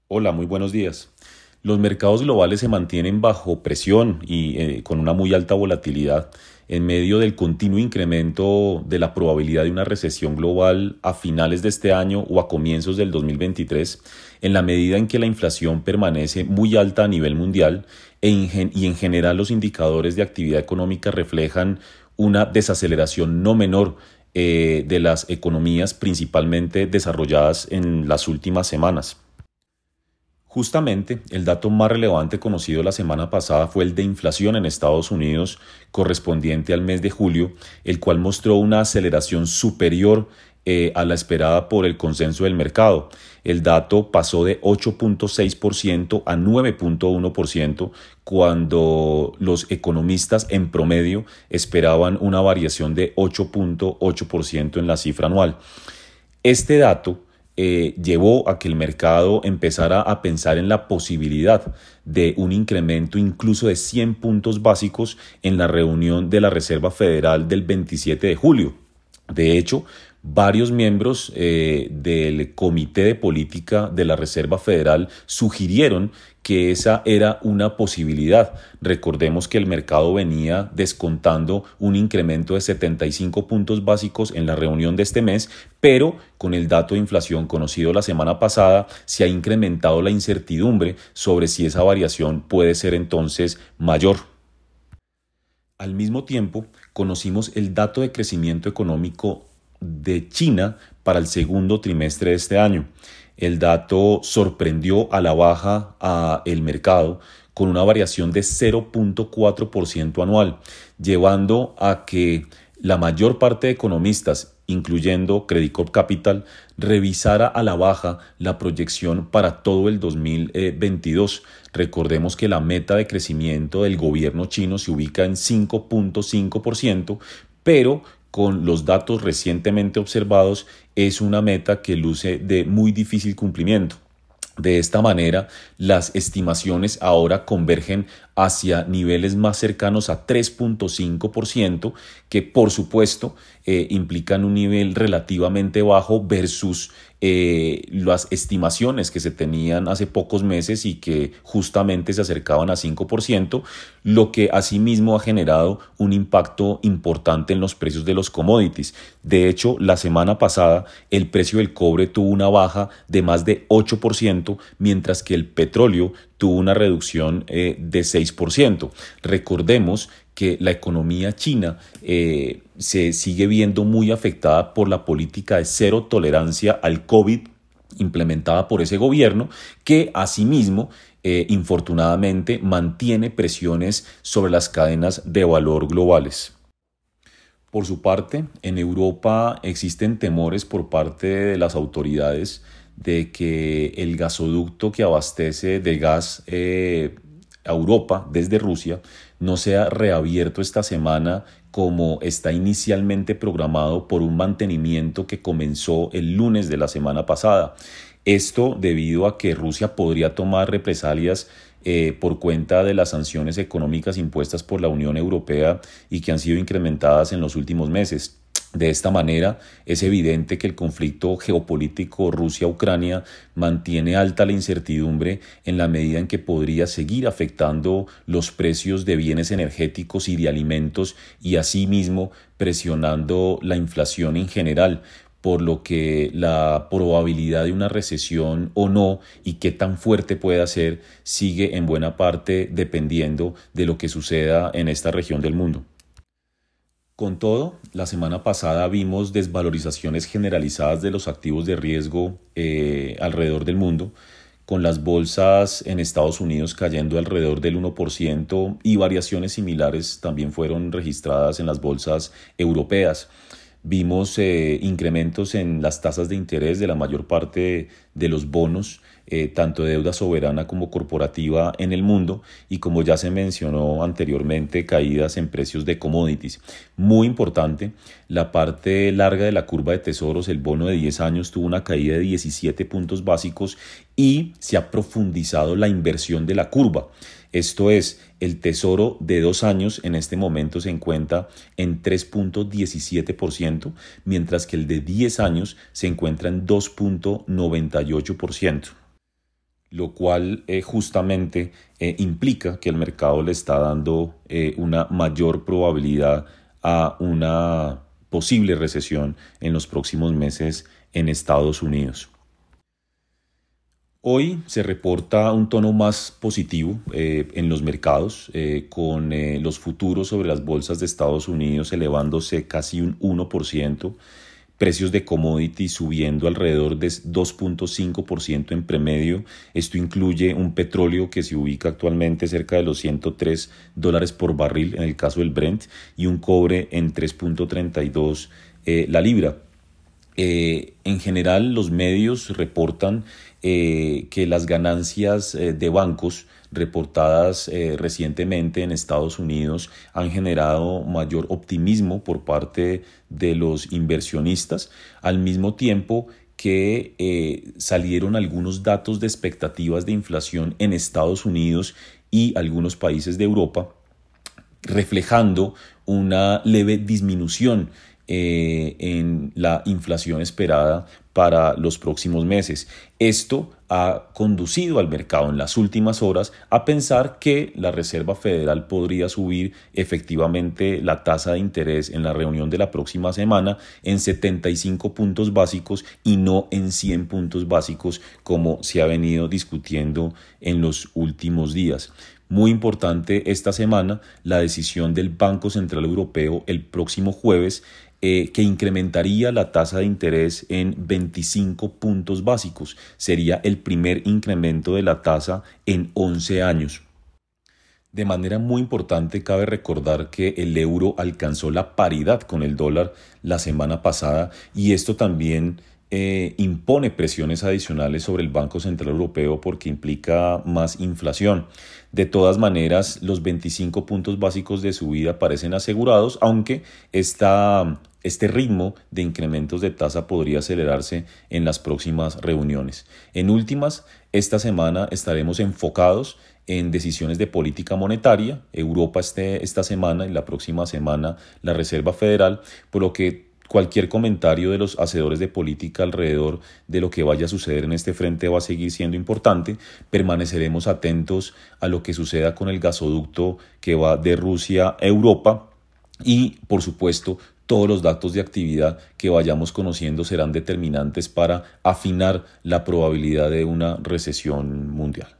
Hola, muy buenos días. Los mercados globales se mantienen bajo presión y con una muy alta volatilidad en medio del continuo incremento de la probabilidad de una recesión global a finales de este año o a comienzos del 2023, en la medida en que la inflación permanece muy alta a nivel mundial y en general los indicadores de actividad económica reflejan una desaceleración no menor de las economías principalmente desarrolladas en las últimas semanas. Justamente, el dato más relevante conocido la semana pasada fue el de inflación en Estados Unidos correspondiente al mes de julio, el cual mostró una aceleración superior a la esperada por el consenso del mercado. El dato pasó de 8.6% a 9.1% cuando los economistas en promedio esperaban una variación de 8.8% en la cifra anual. Este dato llevó a que el mercado empezara a pensar en la posibilidad de un incremento incluso de 100 puntos básicos en la reunión de la Reserva Federal del 27 de julio. De hecho, varios miembros del Comité de Política de la Reserva Federal sugirieron que esa era una posibilidad. Recordemos que el mercado venía descontando un incremento de 75 puntos básicos en la reunión de este mes, pero con el dato de inflación conocido la semana pasada se ha incrementado la incertidumbre sobre si esa variación puede ser entonces mayor. Al mismo tiempo, conocimos el dato de crecimiento económico de China para el segundo trimestre de este año. El dato sorprendió a la baja al mercado con una variación de 0.4% anual, llevando a que la mayor parte de economistas, incluyendo Credit Corp Capital, revisara a la baja la proyección para todo el 2022. Recordemos que la meta de crecimiento del gobierno chino se ubica en 5.5%, pero con los datos recientemente observados es una meta que luce de muy difícil cumplimiento. De esta manera, las estimaciones ahora convergen hacia niveles más cercanos a 3.5%, que por supuesto implican un nivel relativamente bajo versus las estimaciones que se tenían hace pocos meses y que justamente se acercaban a 5%, lo que asimismo ha generado un impacto importante en los precios de los commodities. De hecho, la semana pasada el precio del cobre tuvo una baja de más de 8%, mientras que el petróleo tuvo una reducción de 6%. Recordemos que la economía china se sigue viendo muy afectada por la política de cero tolerancia al COVID implementada por ese gobierno, que asimismo, infortunadamente, mantiene presiones sobre las cadenas de valor globales. Por su parte, en Europa existen temores por parte de las autoridades de que el gasoducto que abastece de gas a Europa desde Rusia no sea reabierto esta semana como está inicialmente programado por un mantenimiento que comenzó el lunes de la semana pasada. Esto debido a que Rusia podría tomar represalias por cuenta de las sanciones económicas impuestas por la Unión Europea y que han sido incrementadas en los últimos meses. De esta manera, es evidente que el conflicto geopolítico Rusia-Ucrania mantiene alta la incertidumbre en la medida en que podría seguir afectando los precios de bienes energéticos y de alimentos y asimismo presionando la inflación en general, por lo que la probabilidad de una recesión o no y qué tan fuerte pueda ser sigue en buena parte dependiendo de lo que suceda en esta región del mundo. Con todo, la semana pasada vimos desvalorizaciones generalizadas de los activos de riesgo alrededor del mundo, con las bolsas en Estados Unidos cayendo alrededor del 1% y variaciones similares también fueron registradas en las bolsas europeas. Vimos incrementos en las tasas de interés de la mayor parte de los bonos, tanto de deuda soberana como corporativa en el mundo y, como ya se mencionó anteriormente, caídas en precios de commodities. Muy importante, la parte larga de la curva de tesoros, el bono de 10 años tuvo una caída de 17 puntos básicos y se ha profundizado la inversión de la curva. Esto es, el tesoro de 2 años en este momento se encuentra en 3.17%, mientras que el de 10 años se encuentra en 2.98%. lo cual justamente implica que el mercado le está dando una mayor probabilidad a una posible recesión en los próximos meses en Estados Unidos. Hoy se reporta un tono más positivo en los mercados, con los futuros sobre las bolsas de Estados Unidos elevándose casi un 1%, precios de commodities subiendo alrededor de 2.5% en promedio. Esto incluye un petróleo que se ubica actualmente cerca de los $103 por barril en el caso del Brent y un cobre en 3.32 la libra. En general, los medios reportan que las ganancias de bancos reportadas recientemente en Estados Unidos han generado mayor optimismo por parte de los inversionistas, al mismo tiempo que salieron algunos datos de expectativas de inflación en Estados Unidos y algunos países de Europa, reflejando una leve disminución en la inflación esperada para los próximos meses. Esto ha conducido al mercado en las últimas horas a pensar que la Reserva Federal podría subir efectivamente la tasa de interés en la reunión de la próxima semana en 75 puntos básicos y no en 100 puntos básicos como se ha venido discutiendo en los últimos días. Muy importante esta semana la decisión del Banco Central Europeo el próximo jueves, que incrementaría la tasa de interés en 25 puntos básicos. Sería el primer incremento de la tasa en 11 años. De manera muy importante, cabe recordar que el euro alcanzó la paridad con el dólar la semana pasada y esto también impone presiones adicionales sobre el Banco Central Europeo porque implica más inflación. De todas maneras, los 25 puntos básicos de subida parecen asegurados, aunque este ritmo de incrementos de tasa podría acelerarse en las próximas reuniones. En últimas, esta semana estaremos enfocados en decisiones de política monetaria, Europa esta semana y la próxima semana la Reserva Federal, por lo que cualquier comentario de los hacedores de política alrededor de lo que vaya a suceder en este frente va a seguir siendo importante. Permaneceremos atentos a lo que suceda con el gasoducto que va de Rusia a Europa y, por supuesto, todos los datos de actividad que vayamos conociendo serán determinantes para afinar la probabilidad de una recesión mundial.